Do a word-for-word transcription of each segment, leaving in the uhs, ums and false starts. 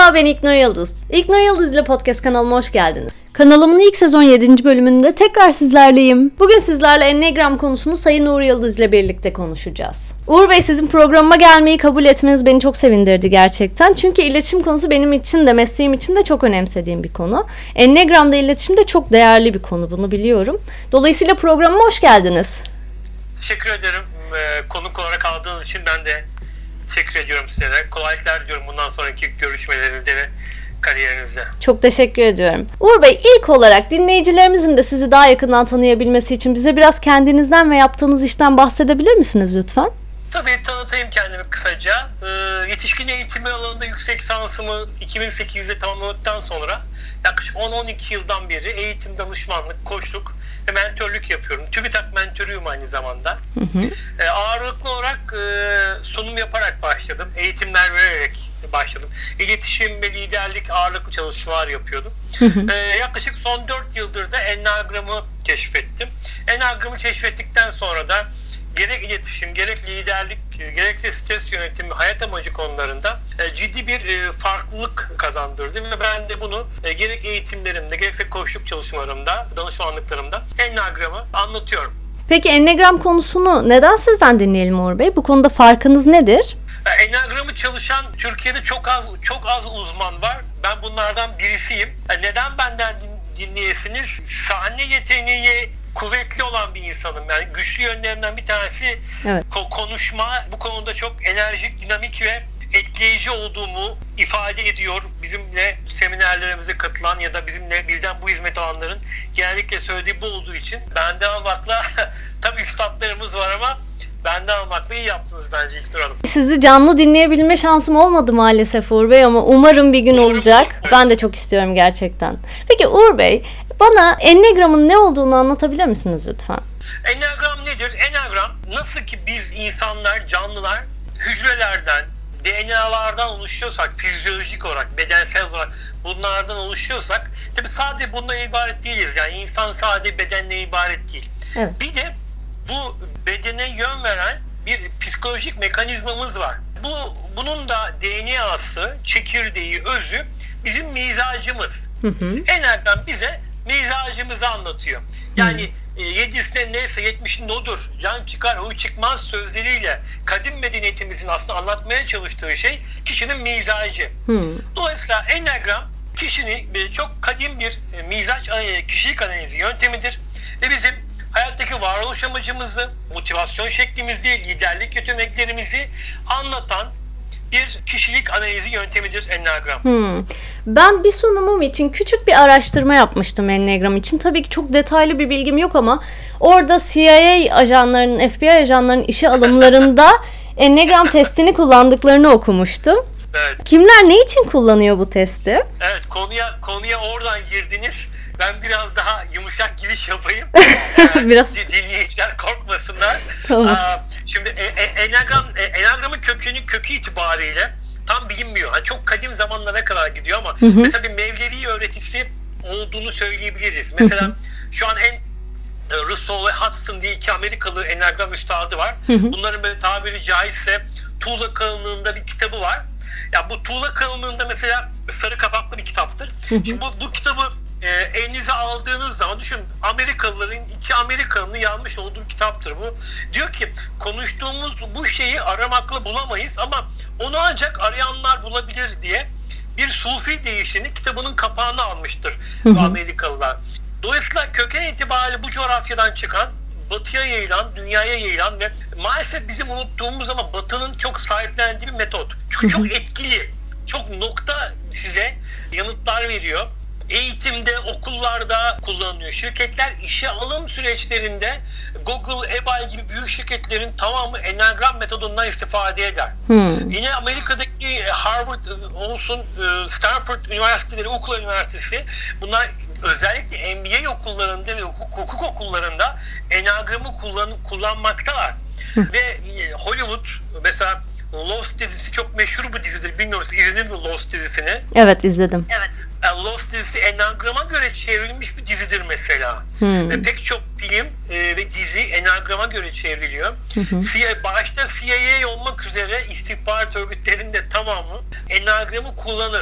Merhaba, ben İlknur Yıldız. İlknur Yıldız ile podcast kanalıma hoş geldiniz. Kanalımın ilk sezon yedinci bölümünde tekrar sizlerleyim. Bugün sizlerle Enneagram konusunu Sayın Uğur Yıldız ile birlikte konuşacağız. Uğur Bey, sizin programıma gelmeyi kabul etmeniz beni çok sevindirdi gerçekten. Çünkü iletişim konusu benim için de mesleğim için de çok önemsediğim bir konu. Enneagram'da iletişim de çok değerli bir konu, bunu biliyorum. Dolayısıyla programıma hoş geldiniz. Teşekkür ederim. Ee, konuk olarak aldığınız için ben de teşekkür ediyorum size de. Kolaylıklar diliyorum bundan sonraki görüşmelerinizde ve kariyerinizde. Çok teşekkür ediyorum. Uğur Bey, ilk olarak dinleyicilerimizin de sizi daha yakından tanıyabilmesi için bize biraz kendinizden ve yaptığınız işten bahsedebilir misiniz lütfen? Tabii, tanıtayım kendimi kısaca. Ee, yetişkin eğitimi alanında yüksek lisansımı iki bin sekizde tamamladıktan sonra yaklaşık on on iki yıldan beri eğitim, danışmanlık, koçluk ve mentörlük yapıyorum. TÜBİTAK mentörüyüm aynı zamanda. Hı hı. Ee, ağırlıklı olarak e, sunum yaparak başladım. Eğitimler vererek başladım. İletişim ve liderlik ağırlıklı çalışmalar yapıyordum. Hı hı. Ee, yaklaşık son dört yıldır da Enneagram'ı keşfettim. Enneagram'ı keşfettikten sonra da gerek iletişim, gerek liderlik, gerekse stres yönetimi, hayat amacı konularında ciddi bir farklılık kazandırdım ve ben de bunu gerek eğitimlerimde, gerekse koçluk çalışmalarımda, danışmanlıklarımda Enneagram'ı anlatıyorum. Peki Enneagram konusunu neden sizden dinleyelim Uğur Bey? Bu konuda farkınız nedir? Enneagram'ı çalışan Türkiye'de çok az çok az uzman var. Ben bunlardan birisiyim. Neden benden dinleyesiniz? Sahne yeteneği kuvvetli olan bir insanım. Yani güçlü yönlerimden bir tanesi evet. ko- konuşma. Bu konuda çok enerjik, dinamik ve etkileyici olduğumu ifade ediyor. Bizimle seminerlerimize katılan ya da bizimle bizden bu hizmet alanların genellikle söylediği bu olduğu için benden almakla tabii üstadlarımız var ama benden almakla iyi yaptınız bence İlknur Hanım. Sizi canlı dinleyebilme şansım olmadı maalesef Uğur Bey ama umarım bir gün umarım olacak. Evet. Ben de çok istiyorum gerçekten. Peki Uğur Bey, bana Enneagram'ın ne olduğunu anlatabilir misiniz lütfen? Enneagram nedir? Enneagram nasıl ki biz insanlar, canlılar hücrelerden, D N A'lardan oluşuyorsak, fizyolojik olarak, bedensel olarak bunlardan oluşuyorsak, tabii sadece bundan ibaret değiliz. Yani insan sadece bedenle ibaret değil. Evet. Bir de bu bedene yön veren bir psikolojik mekanizmamız var. Bu bunun da D N A'sı, çekirdeği, özü bizim mizacımız. Hı hı. Enneagram bize mizacımızı anlatıyor. Yani hı. yedisinde neyse yetmişinde odur. Can çıkar, huy çıkmaz sözleriyle kadim medeniyetimizin aslında anlatmaya çalıştığı şey kişinin mizacı. Hı. Dolayısıyla Enneagram kişinin çok kadim bir mizaç, kişilik analizi yöntemidir ve bizim hayattaki varoluş amacımızı, motivasyon şeklimizi, liderlik yeteneklerimizi anlatan bir kişilik analizi yöntemidir Enneagram. Hmm. Ben bir sunumum için küçük bir araştırma yapmıştım Enneagram için. Tabii ki çok detaylı bir bilgim yok ama orada C I A ajanlarının, F B I ajanlarının işe alımlarında Enneagram testini kullandıklarını okumuştum. Evet. Kimler ne için kullanıyor bu testi? Evet, konuya konuya oradan girdiniz. Ben biraz daha yumuşak giriş yapayım. Biraz. Dinleyiciler korkmasınlar. Tamam. Şimdi Enneagram, Enneagram'ın kökünü kökü itibariyle tam bilinmiyor. Yani çok kadim zamanlara kadar gidiyor ama hı hı. mesela bir Mevlevi öğretisi olduğunu söyleyebiliriz. Mesela hı hı. şu an en Russo ve Hudson diye iki Amerikalı Enneagram üstadı var. Hı hı. Bunların böyle tabiri caizse tuğla kalınlığında bir kitabı var. Ya bu tuğla kalınlığında mesela sarı kapaklı bir kitaptır. Hı hı. Şimdi bu, bu kitabı E, elinize aldığınız zaman düşün, Amerikalıların iki Amerikanlı yazmış olduğu kitaptır bu. Diyor ki konuştuğumuz bu şeyi aramakla bulamayız ama onu ancak arayanlar bulabilir diye bir sufi deyişini kitabının kapağına almıştır bu Amerikalılar. Dolayısıyla köken itibariyle bu coğrafyadan çıkan, batıya yayılan, dünyaya yayılan ve maalesef bizim unuttuğumuz ama batının çok sahiplendiği bir metot. Çünkü çok etkili, çok nokta size yanıtlar veriyor. Eğitimde, okullarda kullanılıyor. Şirketler işe alım süreçlerinde Google, Apple gibi büyük şirketlerin tamamı Enneagram metodundan istifade eder. Hmm. Yine Amerika'daki Harvard olsun, Stanford Üniversiteleri, Oakland Üniversitesi, bunlar özellikle M B A okullarında ve hukuk okullarında Enneagram'ı kullan, kullanmaktalar. Hmm. Ve Hollywood mesela Lost dizisi çok meşhur bir dizidir. Bilmiyorum, izlediniz mi Lost dizisini? Evet, izledim. Evet. Lost dizisi Enneagram'a göre çevrilmiş bir dizidir mesela. Hmm. Ve pek çok film e, ve dizi Enneagram'a göre çevriliyor. Hmm. Başta C I A olmak üzere istihbarat örgütlerinin de tamamı Enneagram'ı kullanır.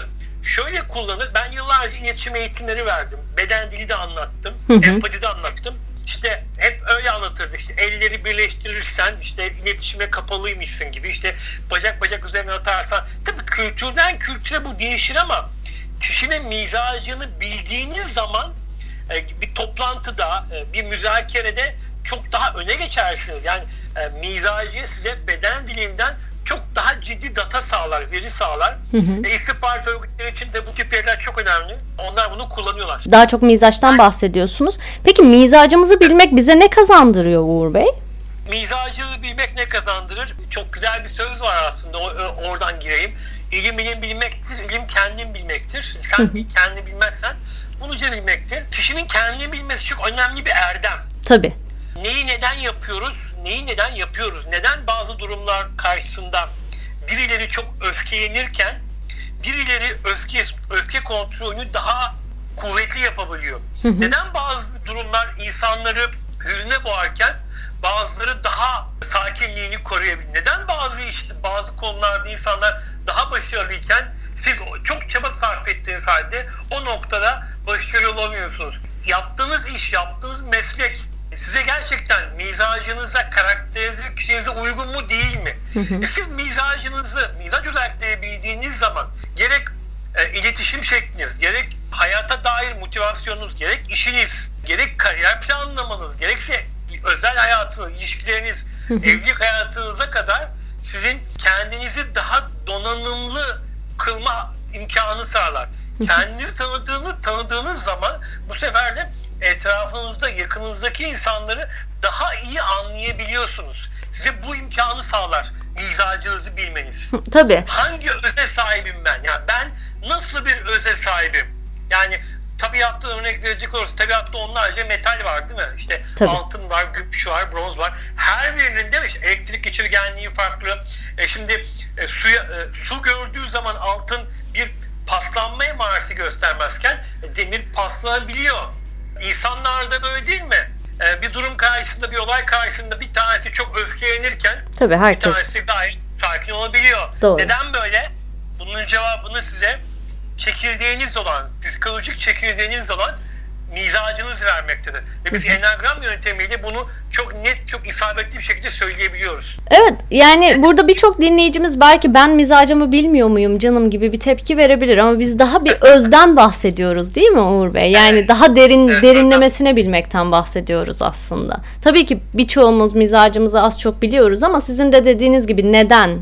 şöyle kullanır. Ben yıllarca iletişim eğitimleri verdim. Beden dili de anlattım. Hı hı. Empati de anlattım. İşte hep öyle anlatırdı. İşte elleri birleştirirsen işte iletişime kapalıymışsın gibi. İşte bacak bacak üzerine atarsan. Tabii kültürden kültüre bu değişir ama kişinin mizacını bildiğiniz zaman bir toplantıda, bir müzakerede çok daha öne geçersiniz. Yani mizacı size beden dilinden çok daha ciddi data sağlar, veri sağlar. Hı hı. E, istihbarat örgütleri için de bu tip veriler çok önemli. Onlar bunu kullanıyorlar. Daha çok mizaçtan yani, bahsediyorsunuz. Peki mizacımızı bilmek bize ne kazandırıyor Uğur Bey? Mizacı bilmek ne kazandırır? Çok güzel bir söz var aslında. O, oradan gireyim. İlim ilim bilmektir, ilim kendin bilmektir. Sen kendini bilmezsen bunu bilmektir. Kişinin kendini bilmesi çok önemli bir erdem. Tabii. Neyi neden yapıyoruz? Neyi neden yapıyoruz? Neden bazı durumlar karşısında birileri çok öfkelenirken birileri öfke öfke kontrolünü daha kuvvetli yapabiliyor? Hı hı. Neden bazı durumlar insanları hüzüne boğarken bazıları daha sakinliğini koruyabilir? Neden bazı işte bazı konularda insanlar daha başarılıyken siz çok çaba sarf ettiğiniz halde o noktada başarılı olamıyorsunuz? Yaptığınız iş, yaptığınız meslek size gerçekten mizacınıza, karakterinize, kişinize uygun mu değil mi? Hı hı. E siz mizacınızı, mizac özellikleri bildiğiniz zaman gerek e, iletişim şekliniz, gerek hayata dair motivasyonunuz, gerek işiniz, gerek kariyer planlamanız, gerekse özel hayatınız, ilişkileriniz, hı hı. evlilik hayatınıza kadar sizin kendinizi daha donanımlı kılma imkanı sağlar. Hı hı. Kendinizi tanıdığını, tanıdığınız zaman bu sefer de etrafınızda, yakınınızdaki insanları daha iyi anlayabiliyorsunuz. Size bu imkanı sağlar mizacınızı bilmeniz. Tabii. Hangi öze sahibim ben? Yani ben nasıl bir öze sahibim? Yani tabiatta örnek verecek olursa tabiatta onlarca metal var değil mi? İşte Tabii. altın var, gümüş var, bronz var. Her birinin de işte elektrik geçirgenliği farklı. E şimdi e, suya e, su gördüğü zaman altın bir paslanma emaresi göstermezken e, demir paslanabiliyor. İnsanlar da böyle değil mi? Ee, bir durum karşısında, bir olay karşısında bir tanesi çok öfkelenirken Tabii, herkes. bir tanesi gayet sakin olabiliyor. Doğru. Neden böyle? Bunun cevabını size çekirdeğiniz olan, psikolojik çekirdeğiniz olan mizacınız vermektedir. Ve biz Enneagram yöntemiyle bunu çok net, çok isabetli bir şekilde söyleyebiliyoruz. Evet, yani burada birçok dinleyicimiz belki ben mizacımı bilmiyor muyum canım gibi bir tepki verebilir ama biz daha bir özden bahsediyoruz değil mi Uğur Bey? Yani evet. daha derin evet, derinlemesine evet. bilmekten bahsediyoruz aslında. Tabii ki birçoğumuz mizacımızı az çok biliyoruz ama sizin de dediğiniz gibi neden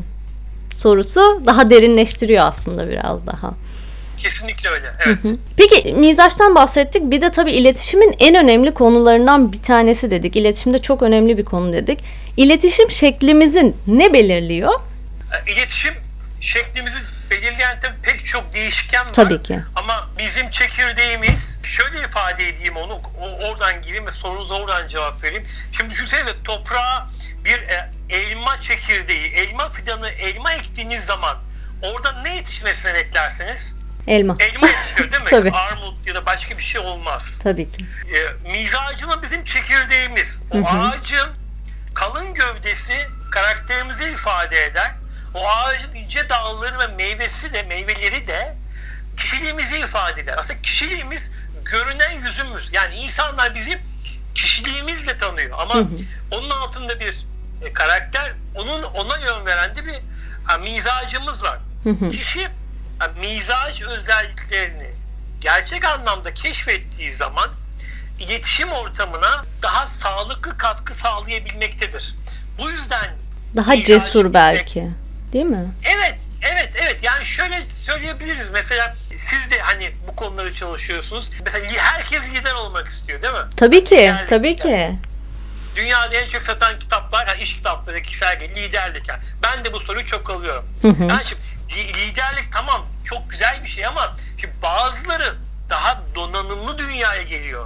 sorusu daha derinleştiriyor aslında biraz daha. Kesinlikle öyle. Evet. Hı hı. Peki mizaçtan bahsettik. Bir de tabii iletişimin en önemli konularından bir tanesi dedik. İletişimde çok önemli bir konu dedik. İletişim şeklimizin ne belirliyor? İletişim şeklimizi belirleyen tabii pek çok değişken var. Tabii ki. Ama bizim çekirdeğimiz, şöyle ifade edeyim onu, oradan gireyim ve sorunuza oradan cevap vereyim. Şimdi düşünsene toprağa bir elma çekirdeği, elma fidanı, elma ektiğiniz zaman orada ne yetişmesini beklersiniz? Elma. Elma yetişiyor değil mi? Tabii. Armut ya da başka bir şey olmaz. Tabii ki. E, mizacımız bizim çekirdeğimiz. O hı hı. ağacın kalın gövdesi karakterimizi ifade eder. O ağacın ince dalları ve meyvesi de meyveleri de kişiliğimizi ifade eder. Aslında kişiliğimiz görünen yüzümüz. Yani insanlar bizi kişiliğimizle tanıyor. Ama hı hı. onun altında bir e, karakter, onun ona yön veren de bir ha, mizacımız var. Hı hı. Kişi yani mizac özelliklerini gerçek anlamda keşfettiği zaman iletişim ortamına daha sağlıklı katkı sağlayabilmektedir. Bu yüzden daha cesur belki, bilmek, değil mi? Evet, evet, evet. Yani şöyle söyleyebiliriz. Mesela siz de hani bu konuları çalışıyorsunuz. Mesela herkes lider olmak istiyor, değil mi? Tabii ki, liderlik tabii yani. ki. Dünyada en çok satan kitaplar, yani iş kitapları, kişisel liderlik. Yani ben de bu soruyu çok alıyorum. Hı hı. Yani şimdi liderlik tamam çok güzel bir şey ama şimdi bazıları daha donanımlı dünyaya geliyor.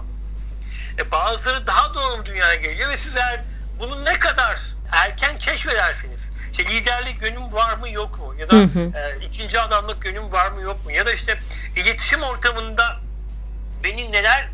E bazıları daha donanımlı dünyaya geliyor ve siz eğer bunu ne kadar erken keşfedersiniz. İşte liderlik yönüm var mı yok mu? Ya da hı hı. E, ikinci adamlık yönüm var mı yok mu? Ya da işte iletişim ortamında beni neler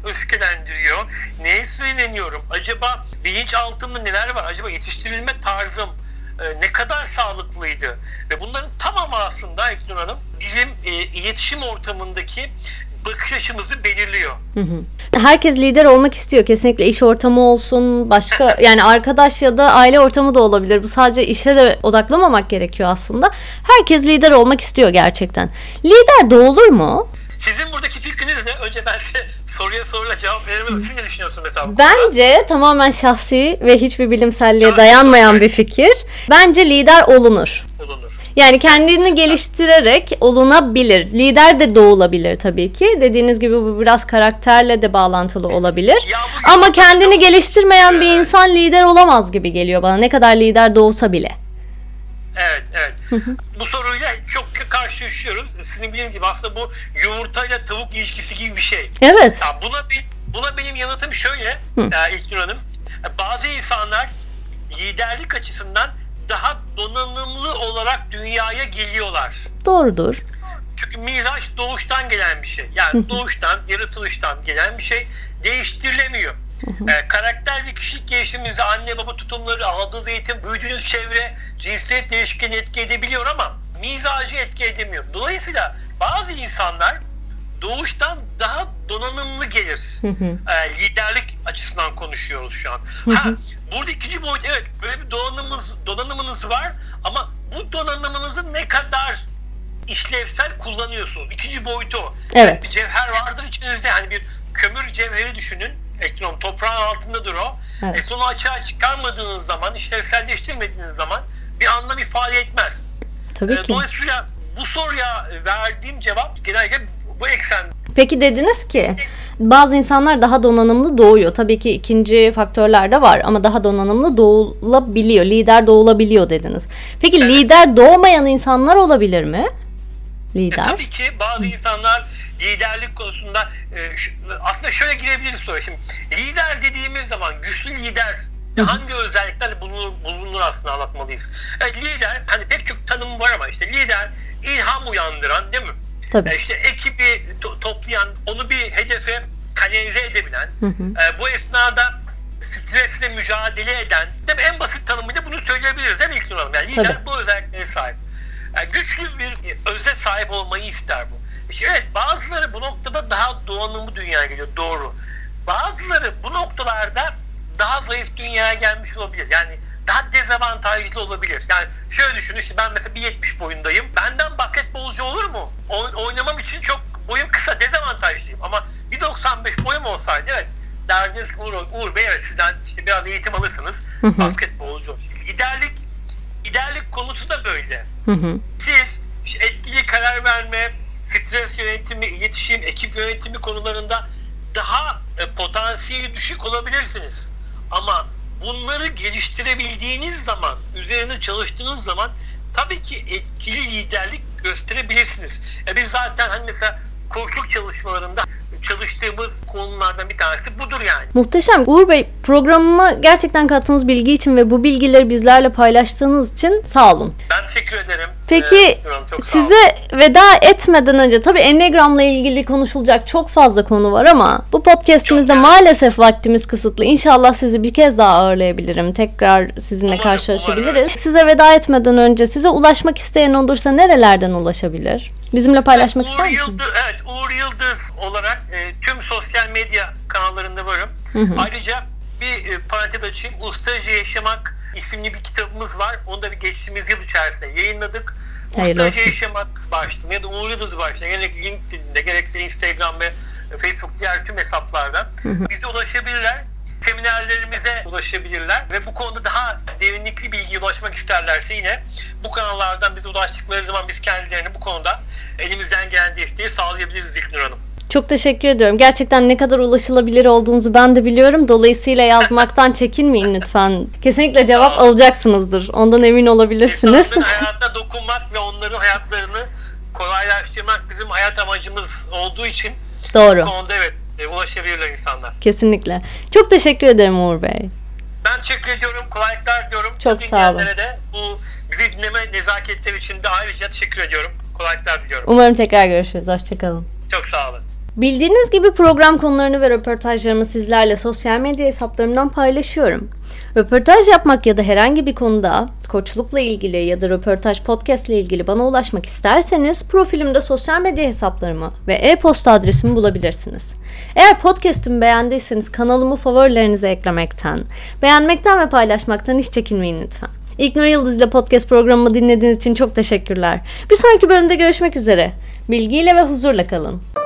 öfkelendiriyor? Neye sinirleniyorum? Acaba bilinç altında neler var? Acaba yetiştirilme tarzım, e, ne kadar sağlıklıydı ve bunların tamamı aslında Eknur Hanım bizim e, iletişim ortamındaki bakış açımızı belirliyor. Hı hı. Herkes lider olmak istiyor. Kesinlikle iş ortamı olsun, başka yani arkadaş ya da aile ortamı da olabilir. Bu sadece işe de odaklamamak gerekiyor aslında. Herkes lider olmak istiyor gerçekten. Lider doğulur mu? Sizin buradaki fikriniz ne? Önce ben size soruya soruyla cevap veririm. Siz ne düşünüyorsunuz mesela bu Bence konuda? Tamamen şahsi ve hiçbir bilimselliğe dayanmayan bir fikir. Bence lider olunur. Olunur. Yani kendini geliştirerek olunabilir. Lider de doğulabilir tabii ki. Dediğiniz gibi bu biraz karakterle de bağlantılı olabilir. Ama kendini geliştirmeyen bir insan lider olamaz gibi geliyor bana. Ne kadar lider doğsa bile. Evet, evet. Bu soruyla çok karşılaşıyoruz. Sizin bildiğiniz gibi aslında bu yumurtayla tavuk ilişkisi gibi bir şey. Evet. Ya buna, buna benim yanıtım şöyle İlknur Hanım. Bazı insanlar liderlik açısından daha donanımlı olarak dünyaya geliyorlar. Doğrudur. Çünkü mizaç doğuştan gelen bir şey. Yani doğuştan, yaratılıştan gelen bir şey değiştirilemiyor. Ee, karakter ve kişilik gelişimimizi anne baba tutumları, aldığınız eğitim, büyüdüğünüz çevre, cinsiyet değişkeni etki edebiliyor ama mizacı etki edemiyor. Dolayısıyla bazı insanlar doğuştan daha donanımlı gelir. Ee, liderlik açısından konuşuyoruz şu an. Ha, burada ikinci boyut, evet böyle bir donanımınız, donanımınız var ama bu donanımınızı ne kadar işlevsel kullanıyorsunuz? İkinci boyutu o. Evet. Bir cevher vardır içinizde. Hani bir kömür cevheri düşünün. Ekran toprağın altındadır o. Evet. E sonra açığa çıkarmadığınız zaman, işlevselleştirmediğiniz zaman bir anlam ifade etmez. Tabii e, ki. Dolayısıyla bu soruya verdiğim cevap genellikle bu eksen. Peki dediniz ki bazı insanlar daha donanımlı doğuyor. Tabii ki ikinci faktörler de var ama daha donanımlı doğulabiliyor. Lider doğulabiliyor dediniz. Peki evet. Lider doğmayan insanlar olabilir mi? Lider. E, tabii ki bazı insanlar liderlik konusunda e, şu, aslında şöyle girebiliriz sonra. Şimdi lider dediğimiz zaman güçlü lider Hı. hangi özelliklerle bulunur, bulunur aslında anlatmalıyız. Evet, lider hani pek çok tanımı var ama işte lider ilham uyandıran değil mi? Tabii. E, işte ekibi to- toplayan, onu bir hedefe kanalize edebilen, hı hı. E, bu esnada stresle mücadele eden, değil mi? En basit tanımıyla bunu söyleyebiliriz değil mi İlknur Hanım? Yani lider Tabii. bu özelliklere sahip. Yani güçlü bir özne sahip olmayı ister bu. İşte evet, bazıları bu noktada daha donanımlı dünyaya geliyor, doğru. Bazıları bu noktalarda daha zayıf dünyaya gelmiş olabilir. Yani daha dezavantajlı olabilir. Yani şöyle düşünün, işte ben mesela bir yetmiş boyundayım. Benden basketbolcu olur mu? O, oynamam için çok boyum kısa, dezavantajlıyım. Ama bir doksan beş boyum olsaydı evet derdiniz ki Uğur, Uğur Bey evet sizden işte biraz eğitim alırsınız. Hı hı. Basketbolcu. Liderlik, liderlik konusu da böyle. Hı hı. Siz işte etkili karar verme, stres yönetimi, iletişim, ekip yönetimi konularında daha e, potansiyeli düşük olabilirsiniz. Ama bunları geliştirebildiğiniz zaman, üzerine çalıştığınız zaman tabii ki etkili liderlik gösterebilirsiniz. E biz zaten hani mesela koçluk çalışmalarında çalıştığımız konulardan bir tanesi budur yani. Muhteşem. Uğur Bey, programıma gerçekten kattığınız bilgi için ve bu bilgileri bizlerle paylaştığınız için sağ olun. Ben teşekkür ederim. Peki ee, size veda etmeden önce tabii Enneagram'la ilgili konuşulacak çok fazla konu var ama bu podcast'imizde maalesef vaktimiz kısıtlı. İnşallah sizi bir kez daha ağırlayabilirim. Tekrar sizinle umarım, karşılaşabiliriz. Umarım. Size veda etmeden önce size ulaşmak isteyen olursa nerelerden ulaşabilir? Bizimle paylaşmak evet, ister Uğur misiniz? Yıldız, evet, Uğur Yıldız olarak e, tüm sosyal medya kanallarında varım. Hı hı. Ayrıca bir e, parantez açayım. Ustaca Yaşamak isimli bir kitabımız var. Onu da bir geçtiğimiz yıl içerisinde yayınladık. Hayırlı Ustaca olsun. Yaşamak başlığında ya da Uğur Yıldız başlığında gerek LinkedIn'de gerekse Instagram ve Facebook diğer tüm hesaplarda hı hı. bize ulaşabilirler. Seminerlerimize ulaşabilirler ve bu konuda daha derinlikli bilgiye ulaşmak isterlerse yine bu kanallardan bize ulaştıkları zaman biz kendilerine bu konuda elimizden gelen desteği sağlayabiliriz İlknur Hanım. Çok teşekkür ediyorum. Gerçekten ne kadar ulaşılabilir olduğunuzu ben de biliyorum. Dolayısıyla yazmaktan çekinmeyin lütfen. Kesinlikle cevap tamam. alacaksınızdır. Ondan emin olabilirsiniz. İnsanların hayatına dokunmak ve onların hayatlarını kolaylaştırmak bizim hayat amacımız olduğu için Doğru. bu konuda evet ulaşabilirler insanlar. Kesinlikle. Çok teşekkür ederim Uğur Bey. Ben teşekkür ediyorum. Kolaylıklar diliyorum. Çok sağ olun. De bu bizi dinleme nezaketleri için de ayrıca teşekkür ediyorum. Kolaylıklar diliyorum. Umarım tekrar görüşürüz. Hoşçakalın. Çok sağ olun. Bildiğiniz gibi program konularını ve röportajlarımı sizlerle sosyal medya hesaplarımdan paylaşıyorum. Röportaj yapmak ya da herhangi bir konuda koçlukla ilgili ya da röportaj podcast ile ilgili bana ulaşmak isterseniz profilimde sosyal medya hesaplarımı ve e-posta adresimi bulabilirsiniz. Eğer podcast'imi beğendiyseniz kanalımı favorilerinize eklemekten, beğenmekten ve paylaşmaktan hiç çekinmeyin lütfen. İlknur Yıldız ile podcast programımı dinlediğiniz için çok teşekkürler. Bir sonraki bölümde görüşmek üzere. Bilgiyle ve huzurla kalın.